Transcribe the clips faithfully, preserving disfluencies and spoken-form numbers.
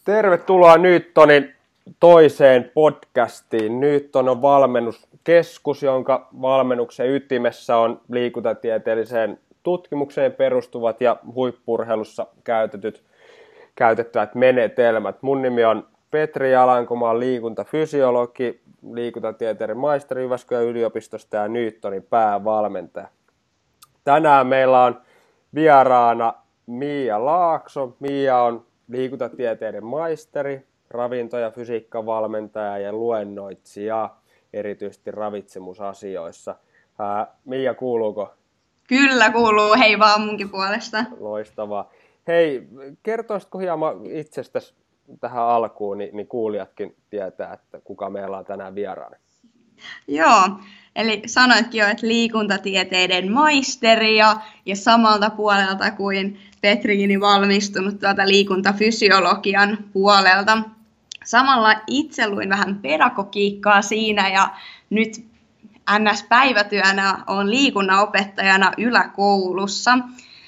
Tervetuloa Newtonin toiseen podcastiin. Newton on valmennuskeskus, jonka valmennuksen ytimessä on liikuntatieteelliseen tutkimukseen perustuvat ja huippu-urheilussa käytetyt, käytettävät menetelmät. Mun nimi on Petri Alanko, mä oon liikuntafysiologi, liikuntatieteiden maisteri Jyväskylän yliopistosta ja Newtonin päävalmentaja. Tänään meillä on vieraana Mia Laakso. Mia on liikuntatieteiden maisteri, ravinto- ja fysiikkavalmentaja ja luennoitsija, erityisesti ravitsemusasioissa. Ää, Mia, kuuluuko? Kyllä kuuluu, hei vaan munkin puolesta. Loistavaa. Hei, kertoisitko hieman itsestäsi tähän alkuun, niin, niin kuulijatkin tietää, että kuka meillä on tänään vieraana. Joo, eli sanoitkin jo, että liikuntatieteiden maisteri ja, ja samalta puolelta kuin Petriini valmistunut tuolta liikuntafysiologian puolelta. Samalla itse luin vähän pedagogiikkaa siinä ja nyt N S-päivätyönä olen liikunnanopettajana yläkoulussa.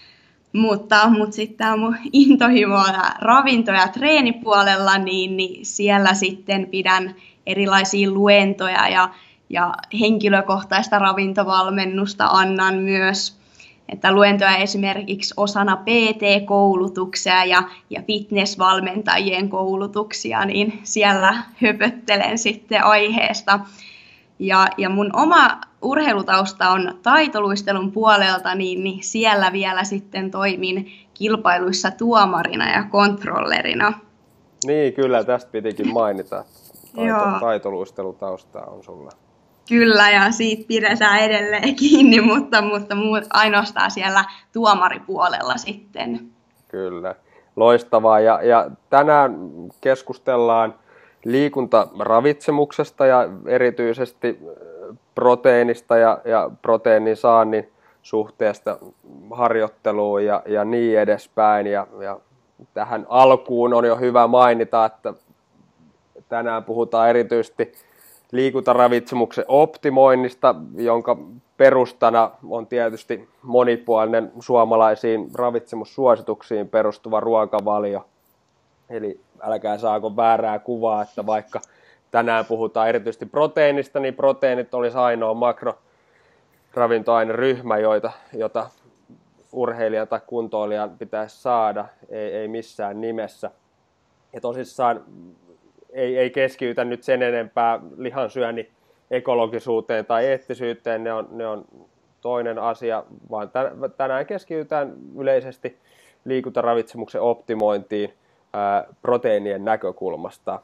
Mutta, mutta sitten tämä mun intohimo ravinto- ja treenipuolella, niin, niin siellä sitten pidän erilaisia luentoja ja, ja henkilökohtaista ravintovalmennusta annan myös. Että luentoja esimerkiksi osana P T-koulutuksia ja, ja fitnessvalmentajien koulutuksia, niin siellä höpöttelen sitten aiheesta. Ja, ja mun oma urheilutausta on taitoluistelun puolelta, niin, niin siellä vielä sitten toimin kilpailuissa tuomarina ja kontrollerina. Niin, kyllä, tästä pitikin mainita. Taito, taitoluistelutausta on sulla. Kyllä, ja siitä pidetään edelleen kiinni, mutta, mutta ainoastaan siellä tuomaripuolella sitten. Kyllä, loistavaa. Ja, ja tänään keskustellaan liikuntaravitsemuksesta ja erityisesti proteiinista ja, ja proteiinin saannin suhteesta harjoitteluun ja, ja niin edespäin. Ja, ja tähän alkuun on jo hyvä mainita, että tänään puhutaan erityisesti liikuntaravitsemuksen optimoinnista, jonka perustana on tietysti monipuolinen suomalaisiin ravitsemussuosituksiin perustuva ruokavalio. Eli älkää saako väärää kuvaa, että vaikka tänään puhutaan erityisesti proteiinista, niin proteiinit olisi ainoa makroravintoaineryhmä, joita, jota urheilijan tai kuntoilijan pitäisi saada, ei, ei missään nimessä. Ja tosissaan ei, ei keskitytä nyt sen enempää lihansyönnin ekologisuuteen tai eettisyyteen, ne on, ne on toinen asia, vaan tänään keskitytään yleisesti liikuntaravitsemuksen optimointiin ää, proteiinien näkökulmasta.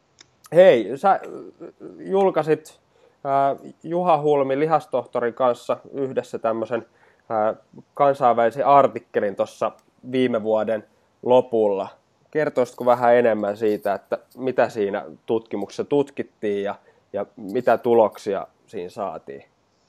Hei, sä julkaisit ää, Juha Hulmi lihastohtorin kanssa yhdessä tämmöisen ää, kansainvälisen artikkelin tuossa viime vuoden lopulla. Kertoisitko vähän enemmän siitä, että mitä siinä tutkimuksessa tutkittiin ja, ja mitä tuloksia siinä saatiin?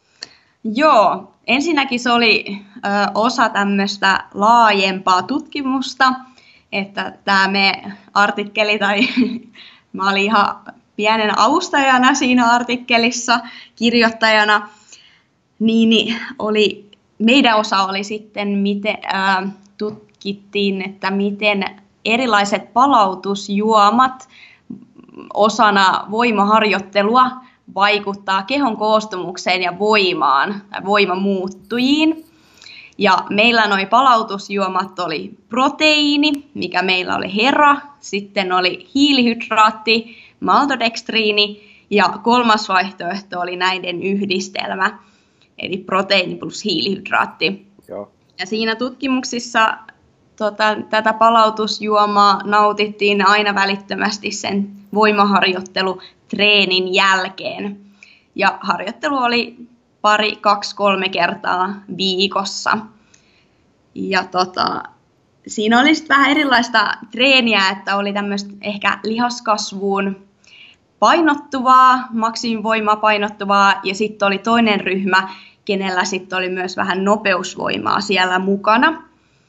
Joo, ensinnäkin se oli ö, osa tämmöistä laajempaa tutkimusta, että tämä me artikkeli, tai mä olin ihan pienen avustajana siinä artikkelissa, kirjoittajana, niin oli, meidän osa oli sitten, miten ö, tutkittiin, että miten erilaiset palautusjuomat osana voimaharjoittelua vaikuttaa kehon koostumukseen ja voimaan tai voimamuuttujiin. Ja meillä noi palautusjuomat oli proteiini, mikä meillä oli hera, sitten oli hiilihydraatti, maltodekstriini ja kolmas vaihtoehto oli näiden yhdistelmä, eli proteiini plus hiilihydraatti. Joo. Ja siinä tutkimuksissa Tota, tätä palautusjuomaa nautittiin aina välittömästi sen voimaharjoittelutreenin jälkeen. Ja harjoittelu oli pari, kaksi, kolme kertaa viikossa. Ja tota, siinä oli sitten vähän erilaista treeniä, että oli tämmöistä ehkä lihaskasvuun painottuvaa, maksimivoimaa painottuvaa, ja sitten oli toinen ryhmä, kenellä sitten oli myös vähän nopeusvoimaa siellä mukana.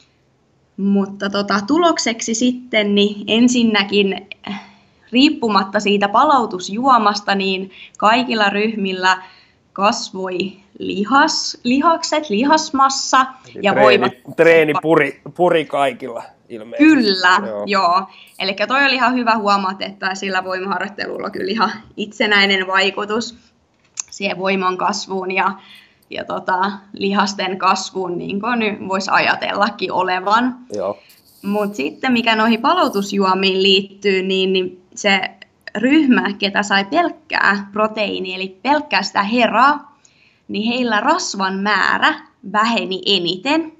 Mutta tota, tulokseksi sitten niin ensinnäkin riippumatta siitä palautusjuomasta, niin kaikilla ryhmillä kasvoi lihas, lihakset, lihasmassa Eli ja treeni, voimat. Treeni puri, puri kaikilla. ilmeisesti. Kyllä, joo. joo. Eli toi oli ihan hyvä huomata, että sillä voimaharjoittelulla on kyllä ihan itsenäinen vaikutus siihen voiman kasvuun ja, ja tota, lihasten kasvuun, niin kuin nyt voisi ajatellakin olevan. Mutta sitten mikä noihin palautusjuomiin liittyy, niin, niin se ryhmä, ketä sai pelkkää proteiinia, eli pelkkää sitä heraa, niin heillä rasvan määrä väheni eniten,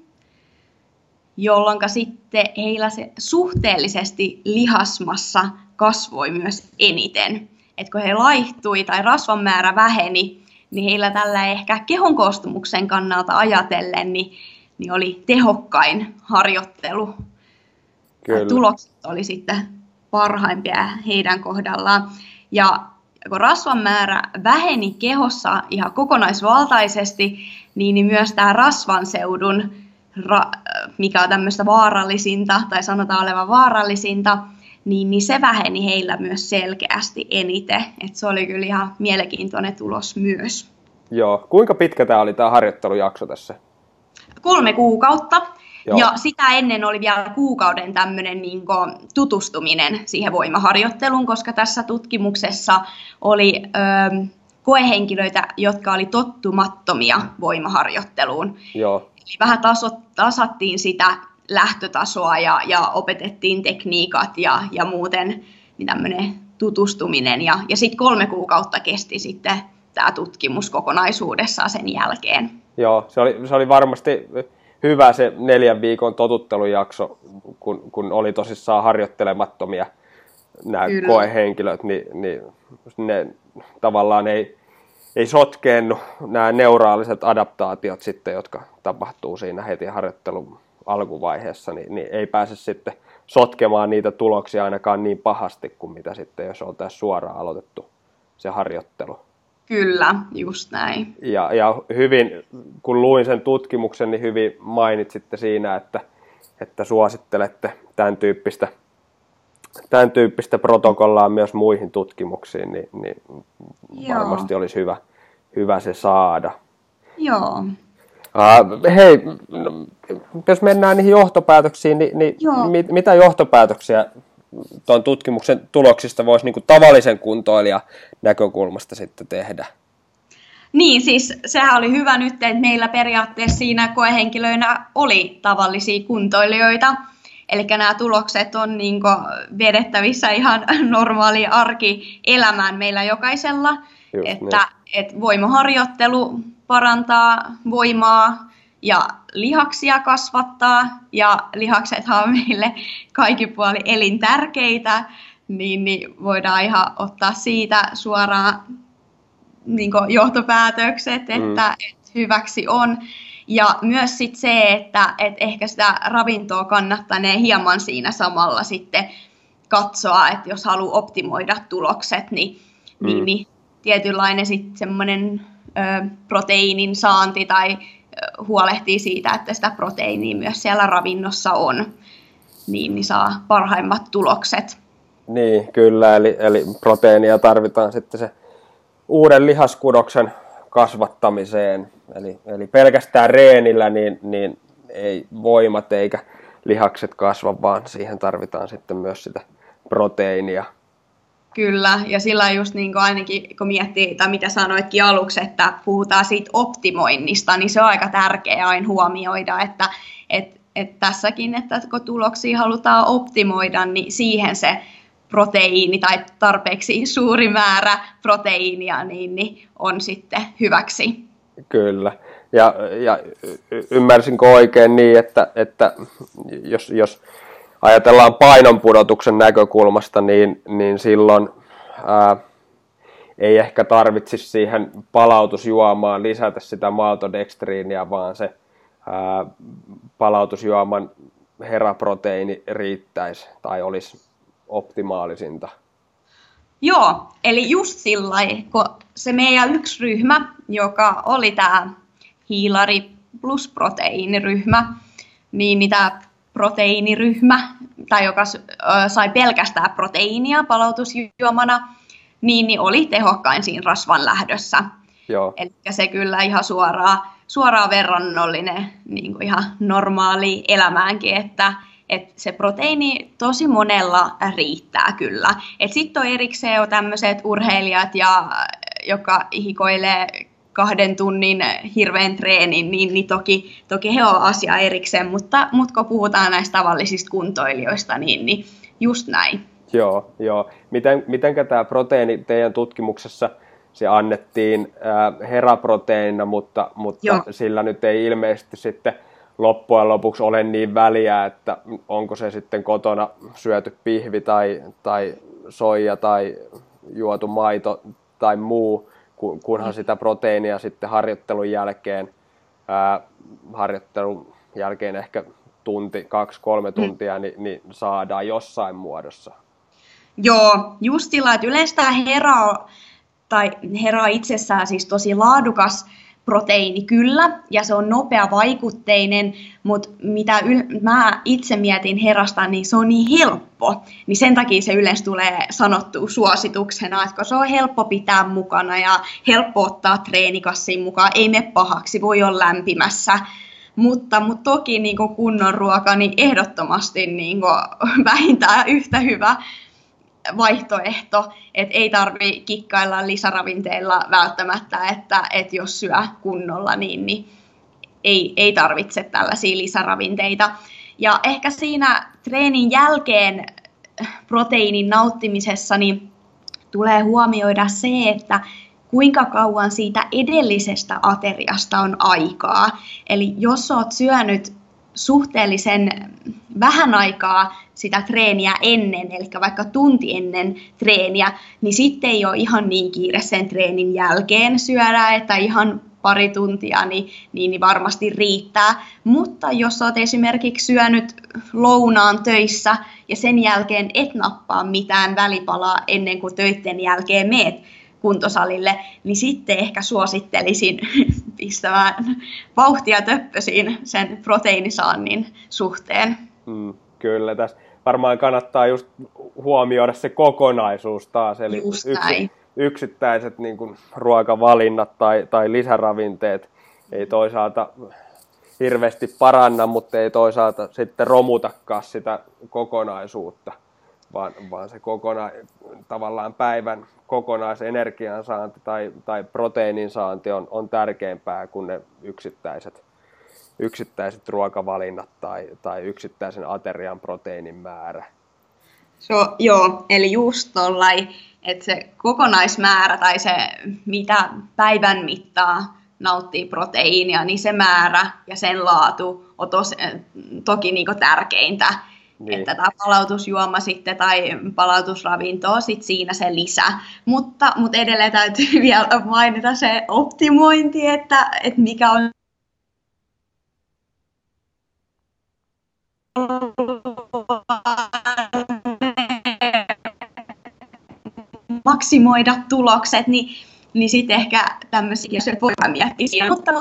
jolloin sitten heillä se suhteellisesti lihasmassa kasvoi myös eniten. Et kun he laihtui tai rasvan määrä väheni, niin heillä tällä ehkä kehon koostumuksen kannalta ajatellen niin, niin oli tehokkain harjoittelu. Kyllä. Tulokset oli sitten parhaimpia heidän kohdallaan. Ja kun rasvan määrä väheni kehossa ihan kokonaisvaltaisesti, niin, niin myös tämä rasvanseudun, mikä on tämmöistä vaarallisinta, tai sanotaan olevan vaarallisinta, niin, niin se väheni heillä myös selkeästi eniten. Et se oli kyllä ihan mielenkiintoinen tulos myös. Joo. Kuinka pitkä tämä oli tämä harjoittelujakso tässä? Kolme kuukautta. Joo. Ja sitä ennen oli vielä kuukauden tämmöinen niin kuin tutustuminen siihen voimaharjoitteluun, koska tässä tutkimuksessa oli ö, koehenkilöitä, jotka oli tottumattomia voimaharjoitteluun. Joo. Eli vähän taso, tasattiin sitä lähtötasoa ja, ja opetettiin tekniikat ja, ja muuten niin tämmöinen tutustuminen. Ja, ja sitten kolme kuukautta kesti sitten tämä tutkimus kokonaisuudessaan sen jälkeen. Joo, se oli, se oli varmasti hyvä se neljän viikon totuttelujakso, kun, kun oli tosissaan harjoittelemattomia nämä Kyllä. koehenkilöt, niin, niin ne tavallaan ei, ei sotkeennu nämä neuraaliset adaptaatiot sitten, jotka tapahtuu siinä heti harjoittelun alkuvaiheessa, niin, niin ei pääse sitten sotkemaan niitä tuloksia ainakaan niin pahasti kuin mitä sitten, jos oltaisiin suoraan aloitettu se harjoittelu. Kyllä, just näin. Ja, ja hyvin, kun luin sen tutkimuksen, niin hyvin mainitsitte siinä, että, että suosittelette tämän tyyppistä, tämän tyyppistä protokollaa myös muihin tutkimuksiin, niin, niin varmasti olisi hyvä, hyvä se saada. Joo. Uh, hei, jos mennään niihin johtopäätöksiin, niin, niin mit, mitä johtopäätöksiä tuon tutkimuksen tuloksista voisi niin kuin tavallisen kuntoilijan näkökulmasta sitten tehdä? Niin, siis sehän oli hyvä nyt, että meillä periaatteessa siinä koehenkilöinä oli tavallisia kuntoilijoita. Eli nämä tulokset on niin kuin vedettävissä ihan normaaliin arkielämään meillä jokaisella. Just että niin. et voimaharjoittelu parantaa voimaa ja lihaksia kasvattaa, ja lihaksethan on meille kaikin puolin elintärkeitä, niin, niin voidaan ihan ottaa siitä suoraan niin kuin johtopäätökset, että, mm. että hyväksi on. Ja myös sit se, että, että ehkä sitä ravintoa kannattanee hieman siinä samalla sitten katsoa, että jos haluaa optimoida tulokset, niin, mm. niin, niin tietynlainen sitten semmoinen ö, proteiinin saanti tai huolehtii siitä, että sitä proteiinia myös siellä ravinnossa on, niin, niin saa parhaimmat tulokset. Niin, kyllä, eli, eli proteiinia tarvitaan sitten se uuden lihaskudoksen kasvattamiseen, eli, eli pelkästään reenillä niin, niin ei voimat eikä lihakset kasva, vaan siihen tarvitaan sitten myös sitä proteiinia. Kyllä, ja sillä just niin kuin ainakin kun miettii, tai mitä sanoitkin aluksi, että puhutaan siitä optimoinnista, niin se on aika tärkeää aina huomioida, että et, et tässäkin, että kun tuloksia halutaan optimoida, niin siihen se proteiini tai tarpeeksi suuri määrä proteiinia niin, niin on sitten hyväksi. Kyllä, ja, ja ymmärsinkö oikein niin, että, että jos... jos ajatellaan painonpudotuksen näkökulmasta, niin, niin silloin ää, ei ehkä tarvitsisi siihen palautusjuomaan lisätä sitä maltodextriinia, vaan se ää, palautusjuoman heraproteiini riittäisi tai olisi optimaalisinta. Joo, eli just sillä lailla, kun se meidän yksi ryhmä, joka oli tämä hiilari plus proteiiniryhmä, niin, niin tämä proteiiniryhmä, tai joka sai pelkästään proteiinia palautusjuomana, niin, niin oli tehokkain siinä rasvan lähdössä. Joo. Eli se kyllä ihan suoraan, suoraan verrannollinen niin kuin ihan normaali elämäänkin, että, että se proteiini tosi monella riittää kyllä. Sitten on erikseen jo tämmöiset urheilijat, ja, jotka hikoilee kahden tunnin hirveän treenin, niin, niin toki, toki he on asia erikseen, mutta, mutta kun puhutaan näistä tavallisista kuntoilijoista, niin, niin just näin. Joo, joo. Miten, mitenkä tämä proteiini teidän tutkimuksessa se annettiin äh, heraproteiinina, mutta, mutta sillä nyt ei ilmeisesti sitten loppujen lopuksi ole niin väliä, että onko se sitten kotona syöty pihvi tai, tai soija tai juotu maito tai muu, kunhan sitä proteiinia sitten harjoittelun jälkeen, ää, harjoittelun jälkeen ehkä tunti, kaksi, kolme tuntia, mm. niin, niin saadaan jossain muodossa. Joo, just sillä, että yleensä tämä hera, tai hera itsessään siis tosi laadukas proteiini kyllä, ja se on nopea vaikutteinen, mutta mitä yl- mä itse mietin herasta, niin se on niin helppo, niin sen takia se yleensä tulee sanottua suosituksena, että se on helppo pitää mukana ja helppo ottaa treenikassiin mukaan, ei mene pahaksi, voi olla lämpimässä, mutta, mutta toki niin kuin kunnon ruoka, niin ehdottomasti niin kuin vähintään yhtä hyvä vaihtoehto, että ei tarvitse kikkailla lisäravinteilla välttämättä, että, että jos syö kunnolla, niin, niin ei, ei tarvitse tällaisia lisäravinteita. Ja ehkä siinä treenin jälkeen proteiinin nauttimisessa niin tulee huomioida se, että kuinka kauan siitä edellisestä ateriasta on aikaa. Eli jos olet syönyt suhteellisen vähän aikaa sitä treeniä ennen, eli vaikka tunti ennen treeniä, niin sitten ei ole ihan niin kiire sen treenin jälkeen syödä, että ihan pari tuntia, niin, niin, niin varmasti riittää. Mutta jos olet esimerkiksi syönyt lounaan töissä ja sen jälkeen et nappaa mitään välipalaa ennen kuin töiden jälkeen meet kuntosalille, niin sitten ehkä suosittelisin pistämään vauhtia töppösiin sen proteiinisaannin suhteen. Mm, kyllä, tässä varmaan kannattaa just huomioida se kokonaisuus taas, eli yksi, yksittäiset niin kuin ruokavalinnat tai, tai lisäravinteet ei toisaalta hirveästi paranna, mutta ei toisaalta sitten romutakaan sitä kokonaisuutta, vaan, vaan se kokona, tavallaan päivän kokonaisenergiansaanti tai, tai proteiinin saanti on, on tärkeämpää kuin ne yksittäiset, yksittäiset ruokavalinnat tai, tai yksittäisen aterian proteiinin määrä. So, joo, eli just tollain, että se kokonaismäärä tai se mitä päivän mittaa nauttii proteiinia, niin se määrä ja sen laatu on tos, toki niinku tärkeintä. Niin. Että tämä palautusjuoma sitten tai palautusravinto on sitten siinä se lisä. Mutta, mutta edelleen täytyy vielä mainita se optimointi, että, että mikä on maksimoida tulokset, niin, niin sitten ehkä tämmöisiä voidaan miettiä siinä. Mutta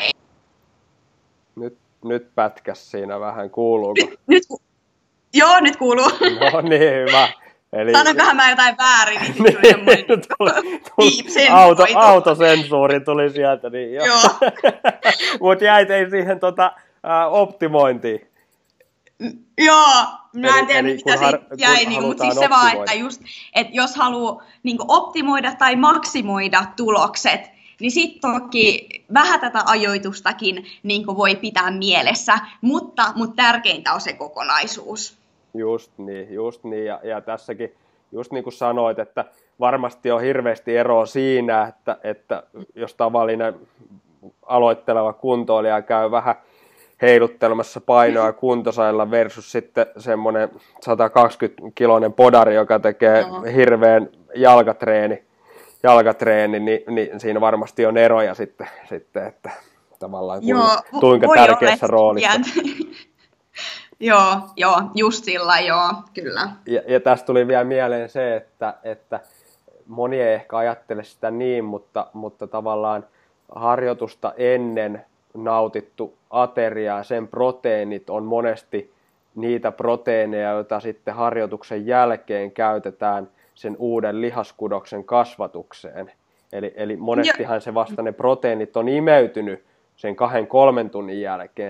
nyt, nyt pätkäs siinä vähän, kuuluuko? Nyt, nyt, joo, nyt kuuluu. No niin, hyvä. Eli... Sanoinkohan mä jotain väärin, niin niin, tuli, tuli, auto, autosensuuri tuli sieltä. Niin jo. Joo. Mutta jäit ei siihen tota, ä, optimointiin. Joo, mä en tiedä mitä har, siitä jäi, niin, mutta siis se vaan, että just, että jos haluaa niin optimoida tai maksimoida tulokset, niin sitten toki vähän tätä ajoitustakin niin voi pitää mielessä, mutta, mutta tärkeintä on se kokonaisuus. Just niin, just niin. Ja, ja tässäkin, just niin kuin sanoit, että varmasti on hirveästi eroa siinä, että, että jos tavallinen aloitteleva kuntoilija käy vähän heiluttelemassa painoa kuntosalilla versus sitten semmoinen sata kaksikymmentä kiloinen podari, joka tekee no. hirveän jalkatreeni, jalkatreeni niin, niin siinä varmasti on eroja sitten, sitten että tavallaan kuinka, joo, kuinka tärkeässä roolissa. Joo, joo, just sillä, joo, kyllä. Ja, ja tästä tuli vielä mieleen se, että, että moni ei ehkä ajattele sitä niin, mutta, mutta tavallaan harjoitusta ennen nautittu ateria ja sen proteiinit on monesti niitä proteiineja, joita sitten harjoituksen jälkeen käytetään sen uuden lihaskudoksen kasvatukseen. Eli, eli monestihan se vasta ne proteiinit on imeytynyt sen kahden kolmen tunnin jälkeen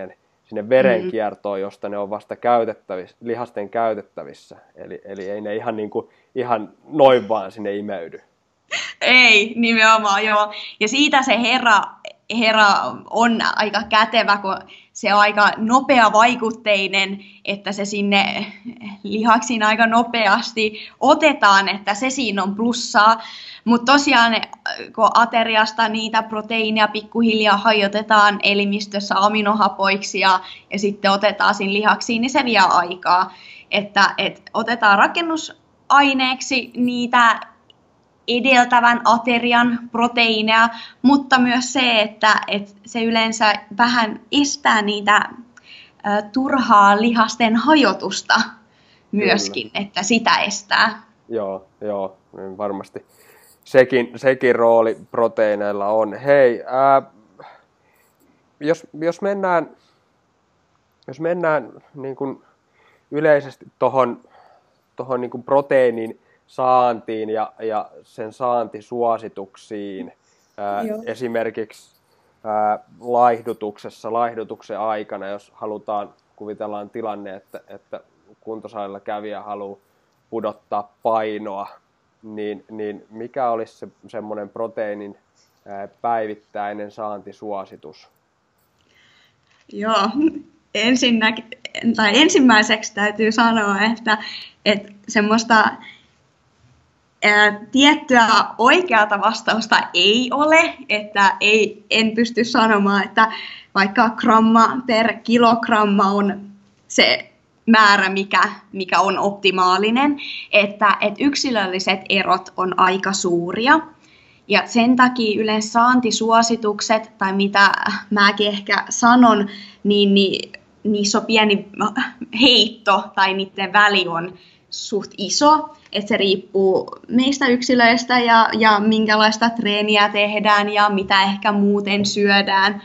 sinne verenkiertoon, josta ne on vasta käytettävissä, lihasten käytettävissä. Eli, eli ei ne ihan, niin kuin, ihan noin vaan sinne imeydy. Ei, nimenomaan joo. Ja siitä se Hera, Hera on aika kätevä, kun se on aika nopea vaikutteinen, että se sinne lihaksiin aika nopeasti otetaan, että se siinä on plussaa. Mutta tosiaan, kun ateriasta niitä proteiineja pikkuhiljaa hajotetaan elimistössä aminohapoiksi ja, ja sitten otetaan siinä lihaksiin, niin se vie aikaa. Että et otetaan rakennusaineeksi niitä edeltävän aterian proteiineja, mutta myös se, että, että se yleensä vähän estää niitä ä, turhaa lihasten hajotusta myöskin, Kyllä. että sitä estää. Joo, joo, niin varmasti sekin, sekin rooli proteiineilla on. Hei, ää, jos, jos mennään, jos mennään niin kuin yleisesti tuohon tohon niin kuin proteiinin saantiin ja, ja sen saantisuosituksiin, ää, esimerkiksi ää, laihdutuksessa, laihdutuksen aikana, jos halutaan, kuvitellaan tilanne, että, että kuntosalilla kävijä haluaa pudottaa painoa, niin, niin mikä olisi se, semmoinen proteiinin ää, päivittäinen saantisuositus? Joo, ensinnä, tai ensimmäiseksi täytyy sanoa, että, että semmoista ää, tiettyä oikeata vastausta ei ole, että ei, en pysty sanomaan, että vaikka gramma per kilogramma on se määrä, mikä, mikä on optimaalinen, että, että yksilölliset erot on aika suuria. Ja sen takia yleensä saantisuositukset, tai mitä mäkin ehkä sanon, niin, niin niissä on pieni heitto, tai niiden väli on suht iso, että se riippuu meistä yksilöistä ja, ja minkälaista treeniä tehdään ja mitä ehkä muuten syödään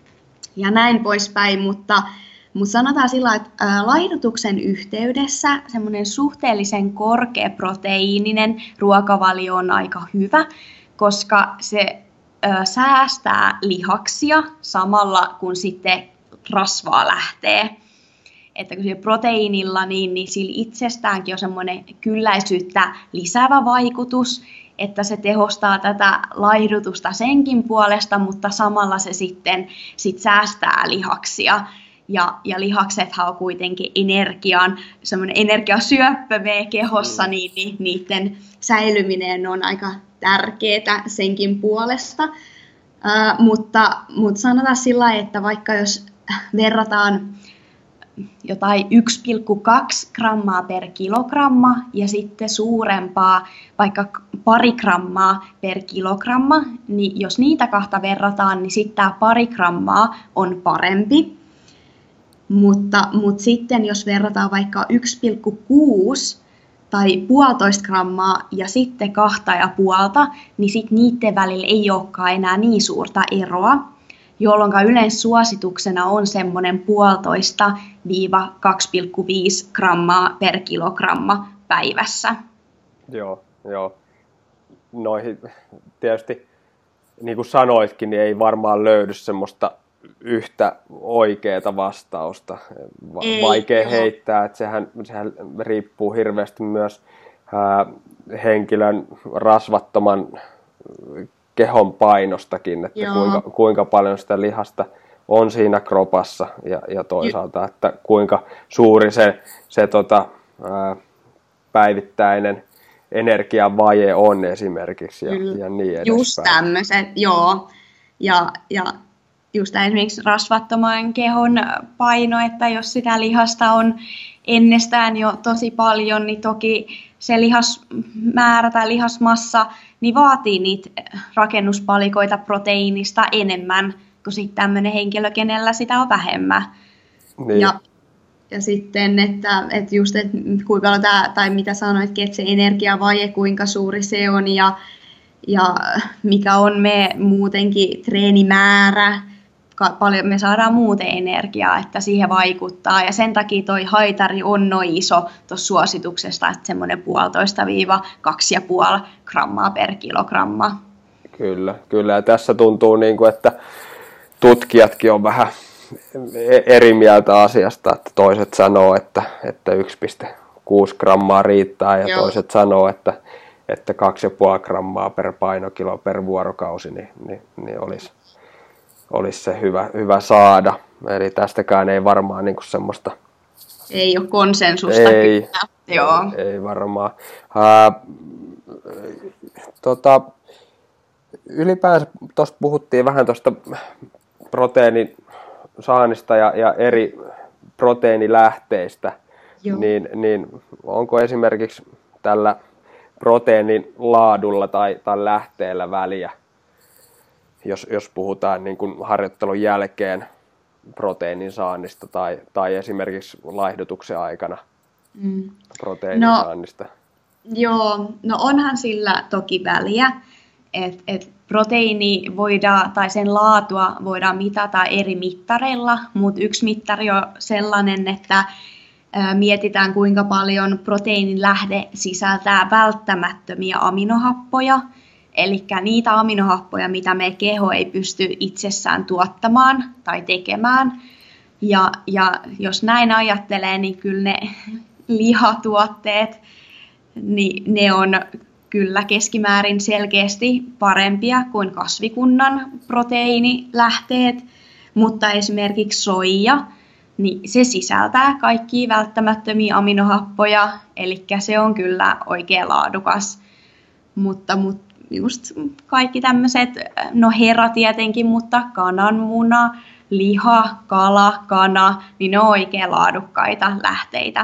ja näin poispäin, mutta Mutta sanotaan sillä, että laihdutuksen yhteydessä semmoinen suhteellisen korkeaproteiininen ruokavalio on aika hyvä, koska se ö, säästää lihaksia samalla kun sitten rasvaa lähtee. Että kun sillä proteiinilla, niin, niin sillä itsestäänkin on semmoinen kylläisyyttä lisäävä vaikutus, että se tehostaa tätä laihdutusta senkin puolesta, mutta samalla se sitten sit säästää lihaksia. Ja, ja lihaksethan on kuitenkin energian, semmoinen energiasyöppö meidän kehossa, mm. niin, niin niiden säilyminen on aika tärkeää senkin puolesta. Uh, mutta, mutta sanotaan sillä lailla, että vaikka jos verrataan jotain yksi pilkku kaksi grammaa per kilogramma ja sitten suurempaa, vaikka pari grammaa per kilogramma, niin jos niitä kahta verrataan, niin sitten tämä pari grammaa on parempi. Mutta, mutta sitten jos verrataan vaikka yksi pilkku kuusi tai puolitoista grammaa ja sitten kahta ja puolta, niin sitten niiden välillä ei olekaan enää niin suurta eroa, jolloin yleensä suosituksena on semmoinen puolitoista kaksi pilkku viisi grammaa per kilogramma päivässä. Joo, joo. Noihin tietysti, niin kuin sanoitkin, niin ei varmaan löydy semmoista yhtä oikeaa vastausta. Va- Ei, vaikea joo. heittää, että sehän, sehän riippuu hirveästi myös ää, henkilön rasvattoman kehon painostakin, että kuinka, kuinka paljon sitä lihasta on siinä kropassa ja, ja toisaalta, että kuinka suuri se, se tota, ää, päivittäinen energiavaje on esimerkiksi ja, ja niin edespäin. Just tämmöiset, joo. Ja, ja just esimerkiksi rasvattoman kehon paino, että jos sitä lihasta on ennestään jo tosi paljon, niin toki se lihasmäärä tai lihasmassa niin vaatii niitä rakennuspalikoita proteiinista enemmän kuin sitten tämmöinen henkilö, kenellä sitä on vähemmän. Niin. Ja, ja sitten, että, että just, että kuinka paljon tämä, tai mitä sanoitkin, että se energiavaje, kuinka suuri se on ja, ja mikä on me muutenkin treenimäärä, paljon me saadaan muuten energiaa, että siihen vaikuttaa. Ja sen takia toi haitari on noin iso tuossa suosituksesta, että semmoinen puolitoista viiva kaksi ja puoli grammaa per kilogramma. Kyllä, kyllä. Ja tässä tuntuu, niin kuin, että tutkijatkin on vähän eri mieltä asiasta, että toiset sanoo, että, että yksi pilkku kuusi grammaa riittää ja Joo. toiset sanoo, että, että kaksi pilkku viisi grammaa per painokilo per vuorokausi niin, niin, niin olisi, olisi se hyvä, hyvä saada. Eli tästäkään ei varmaan niin kuin semmoista... Ei ole konsensusta ei, kyllä. Joo. Ei, ei varmaan. Ää, tota, ylipäänsä tuosta puhuttiin vähän tuosta proteiinin saannista ja, ja eri proteiinilähteistä, niin, niin onko esimerkiksi tällä proteiinin laadulla tai, tai lähteellä väliä, jos, jos puhutaan niin kuin harjoittelun jälkeen proteiinin saannista tai, tai esimerkiksi laihdutuksen aikana mm. proteiinin no, saannista? Joo, no onhan sillä toki väliä, että et proteiini voidaan, tai sen laatua voidaan mitata eri mittareilla, mutta yksi mittari on sellainen, että ä, mietitään kuinka paljon proteiinin lähde sisältää välttämättömiä aminohappoja, eli niitä aminohappoja, mitä meidän keho ei pysty itsessään tuottamaan tai tekemään. Ja, ja jos näin ajattelee, niin kyllä ne lihatuotteet, niin ne on kyllä keskimäärin selkeästi parempia kuin kasvikunnan proteiinilähteet, mutta esimerkiksi soija, niin se sisältää kaikkia välttämättömiä aminohappoja, eli se on kyllä oikein laadukas. Mutta, mutta just kaikki tämmöiset, no hera tietenkin, mutta kananmuna, liha, kala, kana, niin ne on oikein laadukkaita lähteitä.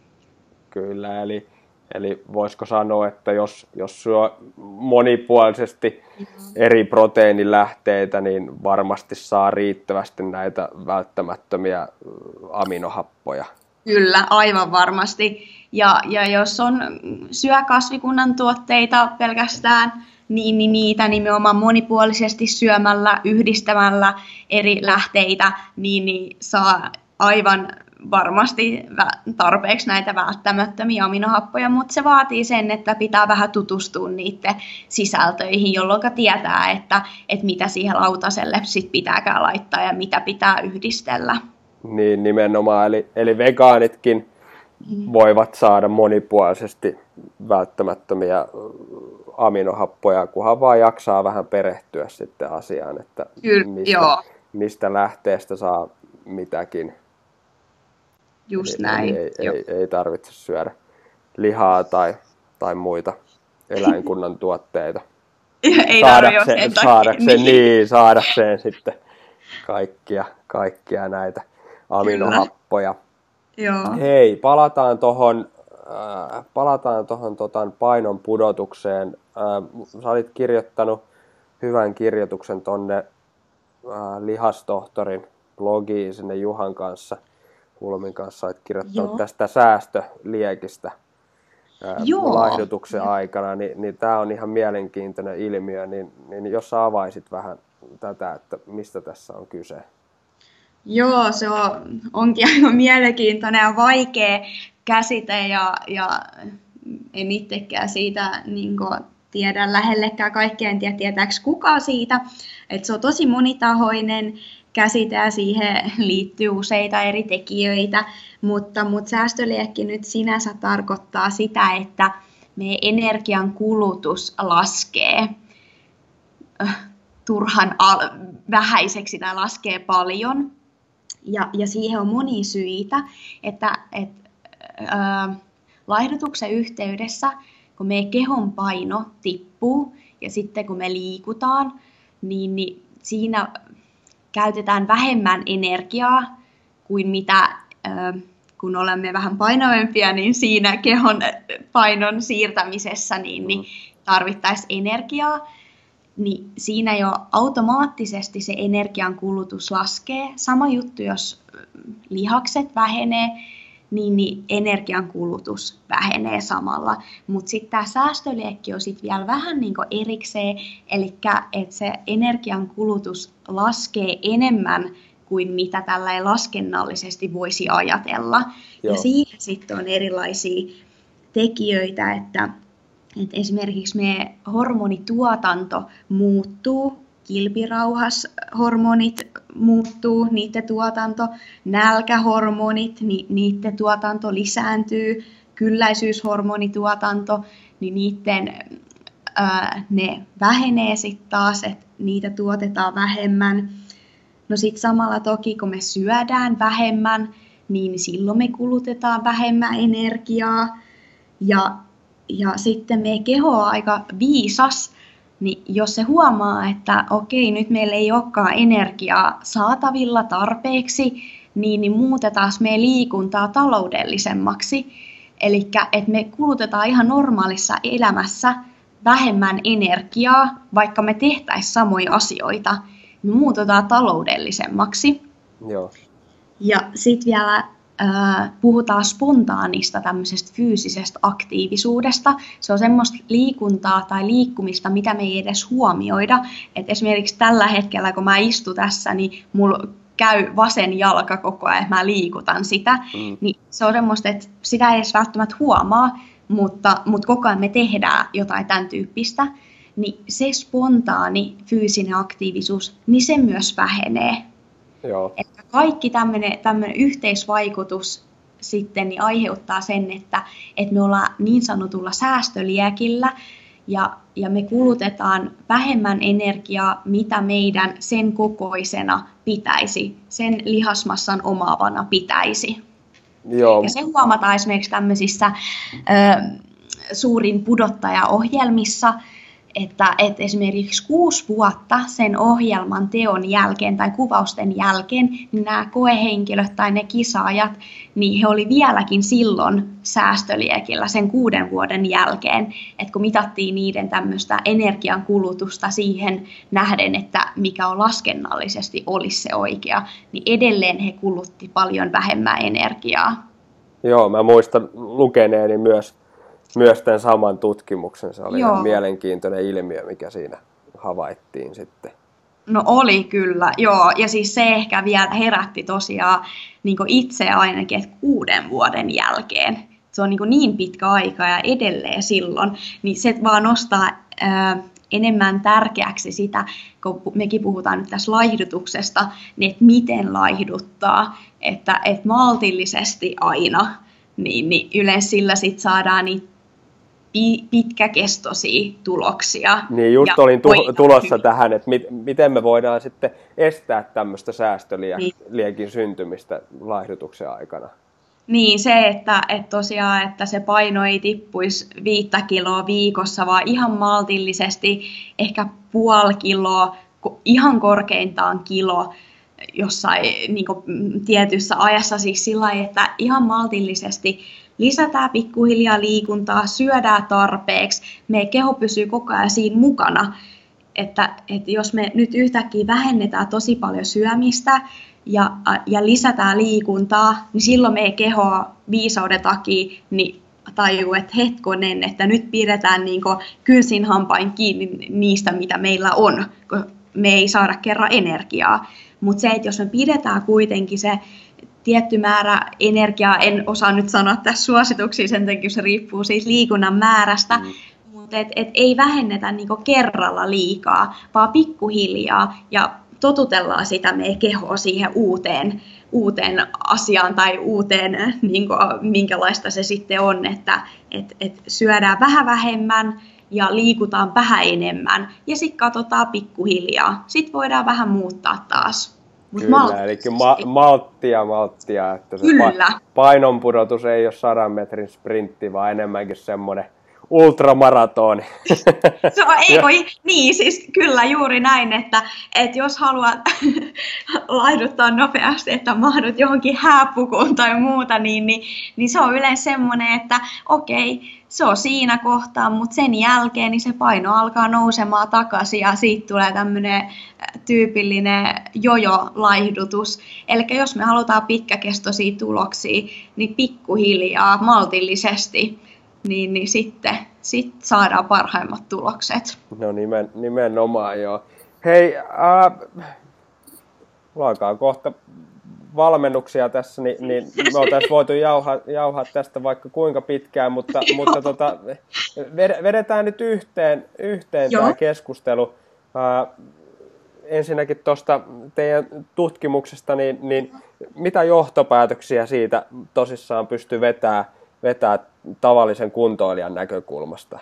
Kyllä, eli Eli voisiko sanoa, että jos, jos syö monipuolisesti eri proteiinilähteitä, niin varmasti saa riittävästi näitä välttämättömiä aminohappoja? Kyllä, aivan varmasti. Ja, ja jos on syö kasvikunnan tuotteita pelkästään, niin, niin niitä nimenomaan monipuolisesti syömällä, yhdistämällä eri lähteitä, niin, niin saa aivan varmasti tarpeeksi näitä välttämättömiä aminohappoja, mutta se vaatii sen, että pitää vähän tutustua niiden sisältöihin, jolloin tietää, että, että mitä siihen lautaselle sit pitääkään laittaa ja mitä pitää yhdistellä. Niin nimenomaan, eli, eli vegaanitkin mm. voivat saada monipuolisesti välttämättömiä aminohappoja, kunhan vaan jaksaa vähän perehtyä sitten asiaan, että Kyllä, mistä, joo. mistä lähteestä saa mitäkin. Just Eli, näin. Ei, ei, ei tarvitse syödä lihaa tai, tai muita eläinkunnan tuotteita. Ei saadakseen, saadakseen, niin. Niin, saadakseen sitten kaikkia, kaikkia näitä aminohappoja. Joo. Hei, palataan tuohon äh, palataan tohon, tota, painon pudotukseen. Äh, sä olit kirjoittanut hyvän kirjoituksen tonne äh, lihastohtorin blogiin sinne Juhan kanssa. Kulmin kanssa olet kirjoittanut Joo. tästä säästöliekistä ää, laihdutuksen aikana, niin, niin tämä on ihan mielenkiintoinen ilmiö, niin, niin jos sä avaisit vähän tätä, että mistä tässä on kyse? Joo, se on, onkin aika mielenkiintoinen ja vaikea käsite ja, ja en itsekään siitä niin kuin tiedä lähellekään kaikkea, en tiedä tietääkö kukaan siitä, että se on tosi monitahoinen käsite ja siihen liittyy useita eri tekijöitä, mutta, mutta säästöliekki nyt sinänsä tarkoittaa sitä, että meidän energian kulutus laskee turhan al- vähäiseksi tai laskee paljon. Ja, ja siihen on monia syitä, että et, ää, laihdutuksen yhteydessä, kun meidän kehon paino tippuu ja sitten kun me liikutaan, niin, niin siinä käytetään vähemmän energiaa kuin mitä, kun olemme vähän painavempia, niin siinä kehon painon siirtämisessä niin, niin tarvittaisiin energiaa. Niin siinä jo automaattisesti se energian kulutus laskee. Sama juttu, jos lihakset vähenee, niin, niin energian kulutus vähenee samalla. Mutta sitten tämä säästöliekki on sitten vielä vähän niinku erikseen, eli että se energian kulutus laskee enemmän kuin mitä tällä laskennallisesti voisi ajatella. Joo. Ja siihen sitten on erilaisia tekijöitä, että, että esimerkiksi meidän hormonituotanto muuttuu, kilpirauhashormonit muuttuu, niiden tuotanto, nälkähormonit, ni, niiden tuotanto lisääntyy, kylläisyyshormonituotanto, niin niiden, ää, ne vähenee sitten taas, että niitä tuotetaan vähemmän. No sitten samalla toki, kun me syödään vähemmän, niin silloin me kulutetaan vähemmän energiaa. Ja, ja sitten meidän keho on aika viisas, niin jos se huomaa, että okei, nyt meillä ei olekaan energiaa saatavilla tarpeeksi, niin, niin muutetaan meidän liikuntaa taloudellisemmaksi. Eli että me kulutetaan ihan normaalissa elämässä vähemmän energiaa, vaikka me tehtäisiin samoja asioita, me muutetaan taloudellisemmaksi. Joo. Ja sitten vielä äh, puhutaan spontaanista tämmöisestä fyysisestä aktiivisuudesta. Se on semmoista liikuntaa tai liikkumista, mitä me ei edes huomioida. Et esimerkiksi tällä hetkellä, kun mä istun tässä, niin mulla käy vasen jalka koko ajan, että mä liikutan sitä. Mm. Niin se on semmoista, että sitä ei edes välttämättä huomaa, mutta, mutta koko ajan me tehdään jotain tämän tyyppistä. Niin se spontaani fyysinen aktiivisuus, niin se myös vähenee. Joo. Että kaikki tämmöinen yhteisvaikutus sitten niin aiheuttaa sen, että, että me ollaan niin sanotulla säästöliekillä ja, ja me kulutetaan vähemmän energiaa, mitä meidän sen kokoisena pitäisi, sen lihasmassan omaavana pitäisi. Joo. Ja se huomataan esimerkiksi tämmöisissä ö, suurin pudottaja-ohjelmissa, että, että esimerkiksi kuusi vuotta sen ohjelman teon jälkeen tai kuvausten jälkeen, niin nämä koehenkilöt tai ne kisaajat, niin he oli vieläkin silloin säästöliekillä sen kuuden vuoden jälkeen, että kun mitattiin niiden tämmöistä energiankulutusta siihen nähden, että mikä on laskennallisesti olisi se oikea, niin edelleen he kulutti paljon vähemmän energiaa. Joo, mä muistan lukeneeni myös Myös tämän saman tutkimuksen. Se oli ihan mielenkiintoinen ilmiö, mikä siinä havaittiin sitten. No oli kyllä, joo. Ja siis se ehkä vielä herätti tosiaan niin itse ainakin, että kuuden vuoden jälkeen. Se on niin, niin pitkä aika ja edelleen silloin. Niin se vaan nostaa ää, enemmän tärkeäksi sitä, kun mekin puhutaan nyt tässä laihdutuksesta, niin että miten laihduttaa. Että, että maltillisesti aina, niin, niin yleensä sillä sit saadaan niitä pitkäkestoisia tuloksia. Niin just olin tu- tulossa tähän, että mit- miten me voidaan sitten estää tämmöistä säästöliekin niin. syntymistä laihdutuksen aikana. Niin se, että, että tosiaan että se paino ei tippuisi viittä kiloa viikossa, vaan ihan maltillisesti ehkä puoli kiloa, ihan korkeintaan kilo jossain niin kuin tietyssä ajassa. Siis sillä lailla, että ihan maltillisesti lisätään pikkuhiljaa liikuntaa, syödään tarpeeksi, meidän keho pysyy koko ajan siinä mukana. Että, että jos me nyt yhtäkkiä vähennetään tosi paljon syömistä ja, ja lisätään liikuntaa, niin silloin meidän keho viisauden takia niin tajuu, että hetkonen, että nyt pidetään niin kuin kynsin hampain kiinni niistä, mitä meillä on, kun me ei saada kerran energiaa. Mutta se, että jos me pidetään kuitenkin se tietty määrä energiaa, en osaa nyt sanoa tässä suosituksia, sen takia se riippuu siitä liikunnan määrästä, mm. mutta et, et ei vähennetä niinku kerralla liikaa, vaan pikkuhiljaa ja totutellaan sitä meidän kehoa siihen uuteen, uuteen asiaan tai uuteen, niinku, minkälaista se sitten on, että et, et syödään vähän vähemmän ja liikutaan vähän enemmän ja sitten katsotaan pikkuhiljaa. Sitten voidaan vähän muuttaa taas. Kyllä, eli ma- malttia, malttia, että se pa- painonpudotus ei ole sadan metrin sprintti, vaan enemmänkin semmoinen ultramaratoni. Se on, ei voi, niin siis kyllä juuri näin, että, että jos haluat laihduttaa nopeasti, että mahdut johonkin hääpukuun tai muuta, niin, niin, niin se on yleensä semmoinen, että okei, se on siinä kohtaa, mutta sen jälkeen niin se paino alkaa nousemaan takaisin ja siitä tulee tämmöinen tyypillinen jojo-laihdutus. Eli jos me halutaan pitkäkestoisia tuloksia, niin pikkuhiljaa, maltillisesti, niin, niin sitten sit saadaan parhaimmat tulokset. No nimen, nimenomaan joo. Hei, äh, alkaa kohta valmennuksia tässä, niin, niin me oltaisiin voitu jauhaa, jauhaa tästä vaikka kuinka pitkään, mutta, mutta tota, vedetään nyt yhteen, yhteen tämä keskustelu. Äh, ensinnäkin tuosta teidän tutkimuksesta, niin, niin mitä johtopäätöksiä siitä tosissaan pystyy vetämään vetää tavallisen kuntoilijan näkökulmasta?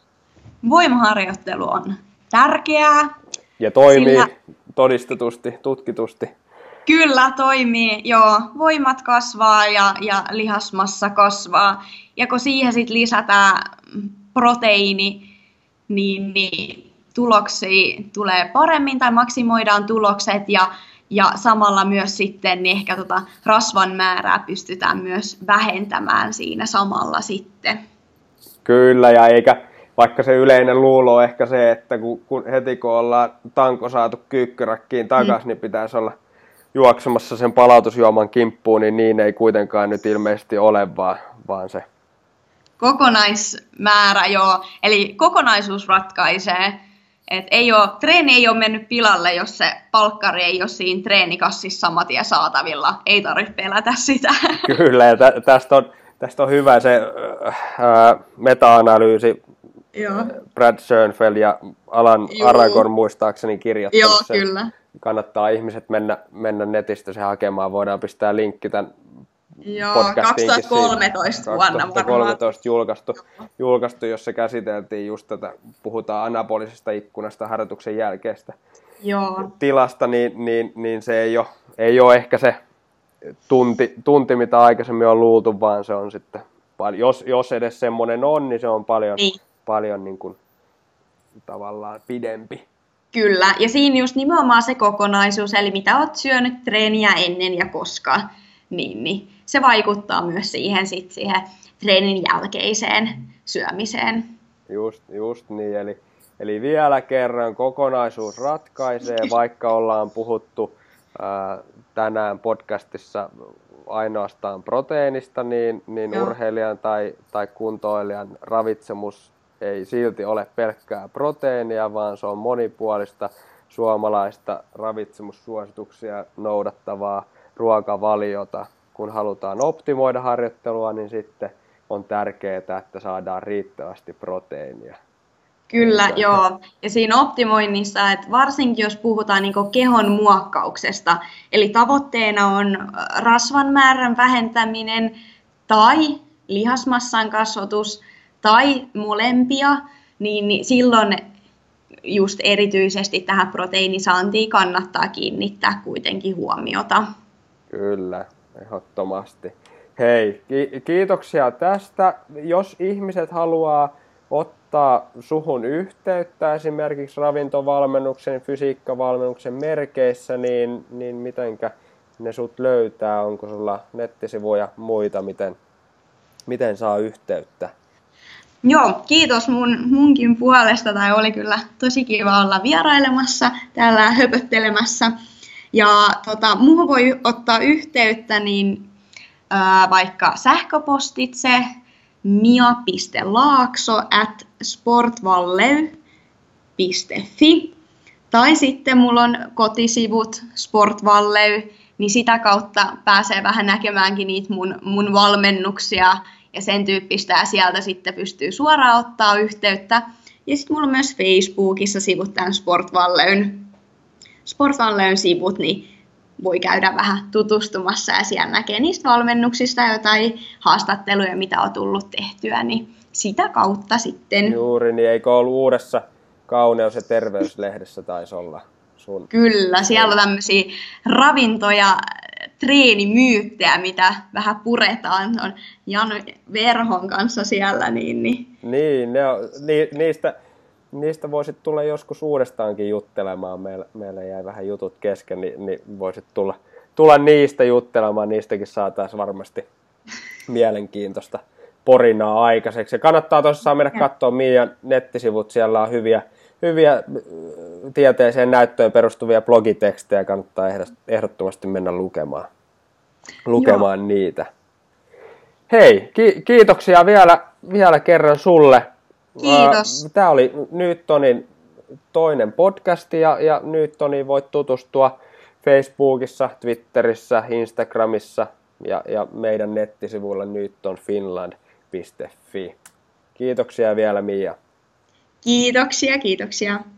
Voimaharjoittelu on tärkeää. Ja toimii sillä... todistetusti, tutkitusti. Kyllä toimii, joo. Voimat kasvaa ja, ja lihasmassa kasvaa. Ja kun siihen sitten lisätään proteiini, niin, niin tuloksia tulee paremmin tai maksimoidaan tulokset ja, ja samalla myös sitten niin ehkä tota rasvan määrää pystytään myös vähentämään siinä samalla sitten. Kyllä, ja eikä vaikka se yleinen luulo on ehkä se, että kun, kun heti kun ollaan tanko saatu kyykkyrakkiin takaisin, mm. niin pitäisi olla juoksemassa sen palautusjuoman kimppuun, niin niin ei kuitenkaan nyt ilmeisesti ole, vaan, vaan se kokonaismäärä, joo. Eli kokonaisuus ratkaisee. Et ei ole, treeni ei ole mennyt pilalle, jos se palkkari ei ole siinä treenikassissa saman tien saatavilla. Ei tarvitse pelätä sitä. Kyllä, ja tä, tästä, on, tästä on hyvä se ää, meta-analyysi. Joo. Brad Schoenfeld ja Alan Juu. Aragorn muistaakseni kirjoittanut. Joo, sen. Kyllä. Kannattaa ihmiset mennä, mennä netistä se hakemaan. Voidaan pistää linkki tämän Joo, kaksituhattakolmetoista vuonna kaksituhattakolmetoista julkaistu, julkaistu, jossa käsiteltiin just tätä, puhutaan anabolisesta ikkunasta harjoituksen jälkeistä Joo. tilasta, niin, niin, niin se ei ole, ei ole ehkä se tunti, tunti, mitä aikaisemmin on luultu, vaan se on sitten, jos, jos edes semmoinen on, niin se on paljon, niin. paljon niin kuin, tavallaan pidempi. Kyllä, ja siinä just nimenomaan se kokonaisuus, eli mitä olet syönyt treeniä ennen ja koska, niin, niin se vaikuttaa myös siihen, sit siihen treenin jälkeiseen syömiseen. Just, just niin, eli, eli vielä kerran kokonaisuus ratkaisee, vaikka ollaan puhuttu ää, tänään podcastissa ainoastaan proteiinista, niin, niin urheilijan tai, tai kuntoilijan ravitsemus ei silti ole pelkkää proteiinia, vaan se on monipuolista suomalaista ravitsemussuosituksia noudattavaa ruokavaliota. Kun halutaan optimoida harjoittelua, niin sitten on tärkeää, että saadaan riittävästi proteiinia. Kyllä, Eikä. joo. Ja siinä optimoinnissa, että varsinkin jos puhutaan niin kuin kehon muokkauksesta, eli tavoitteena on rasvan määrän vähentäminen tai lihasmassan kasvatus tai molempia, niin, niin silloin just erityisesti tähän proteiinisaantiin kannattaa kiinnittää kuitenkin huomiota. Kyllä, ehdottomasti. Hei, ki- kiitoksia tästä. Jos ihmiset haluaa ottaa suhun yhteyttä esimerkiksi ravintovalmennuksen, fysiikkavalmennuksen merkeissä, niin, niin mitenkä ne sut löytää? Onko sulla nettisivuja ja muita, miten, miten saa yhteyttä? Joo, kiitos mun, munkin puolesta. Tai oli kyllä tosi kiva olla vierailemassa täällä höpöttelemässä. Ja tota, muuhun voi ottaa yhteyttä niin ää, vaikka sähköpostitse mia piste laakso at sportvalley piste fi tai sitten mulla on kotisivut Sportvalley, niin sitä kautta pääsee vähän näkemäänkin niitä mun, mun valmennuksia ja sen tyyppistä, ja sieltä sitten pystyy suoraan ottaa yhteyttä. Ja sitten mulla on myös Facebookissa sivut tämän Sportvalleyn, Sportvalleyn sivut, niin voi käydä vähän tutustumassa ja siellä näkee niistä valmennuksista jotain haastatteluja, mitä on tullut tehtyä, niin sitä kautta sitten. Juuri, niin eikö ollut uudessa Kauneus- ja terveyslehdessä taisi olla sun? Kyllä, siellä on tämmöisiä ravintoja, treenimyyttejä, mitä vähän puretaan on Jan Verhon kanssa siellä. Niin, niin. niin ne on, ni, niistä, niistä voisit tulla joskus uudestaankin juttelemaan. Meillä, meillä jäi vähän jutut kesken, niin, niin voisit tulla, tulla niistä juttelemaan. Niistäkin saataisiin varmasti mielenkiintoista porinaa aikaiseksi. Ja kannattaa tosiaan mennä katsoa Miian nettisivut. Siellä on hyviä, hyviä tieteeseen näyttöön perustuvia blogitekstejä. Kannattaa ehdottomasti mennä lukemaan, lukemaan Joo. niitä. Hei, ki- kiitoksia vielä, vielä kerran sulle. Kiitos. Tämä oli Newtonin toinen podcasti ja, ja Newtoniin voit tutustua Facebookissa, Twitterissä, Instagramissa ja, ja meidän nettisivuilla newton finland piste fi. Kiitoksia vielä, Mia. Kiitoksia, kiitoksia.